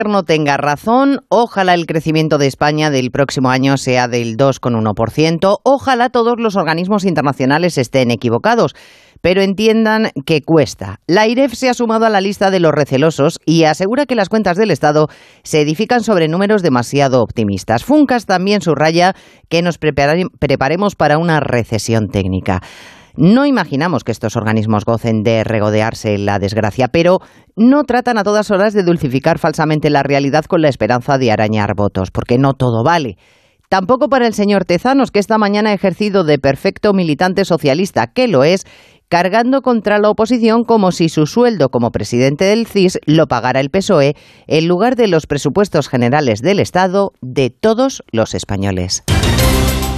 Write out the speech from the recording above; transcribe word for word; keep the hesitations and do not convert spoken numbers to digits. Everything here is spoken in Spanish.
no tenga razón, ojalá el crecimiento de España del próximo año sea del dos coma uno por ciento, ojalá todos los organismos internacionales estén equivocados, pero entiendan que cuesta. La AIREF se ha sumado a la lista de los recelosos y asegura que las cuentas del Estado se edifican sobre números demasiado optimistas. Funcas también subraya que nos preparemos para una recesión técnica. No imaginamos que estos organismos gocen de regodearse en la desgracia, pero no tratan a todas horas de dulcificar falsamente la realidad con la esperanza de arañar votos, porque no todo vale. Tampoco para el señor Tezanos, que esta mañana ha ejercido de perfecto militante socialista, que lo es, cargando contra la oposición como si su sueldo como presidente del C I S lo pagara el P S O E en lugar de los presupuestos generales del Estado de todos los españoles.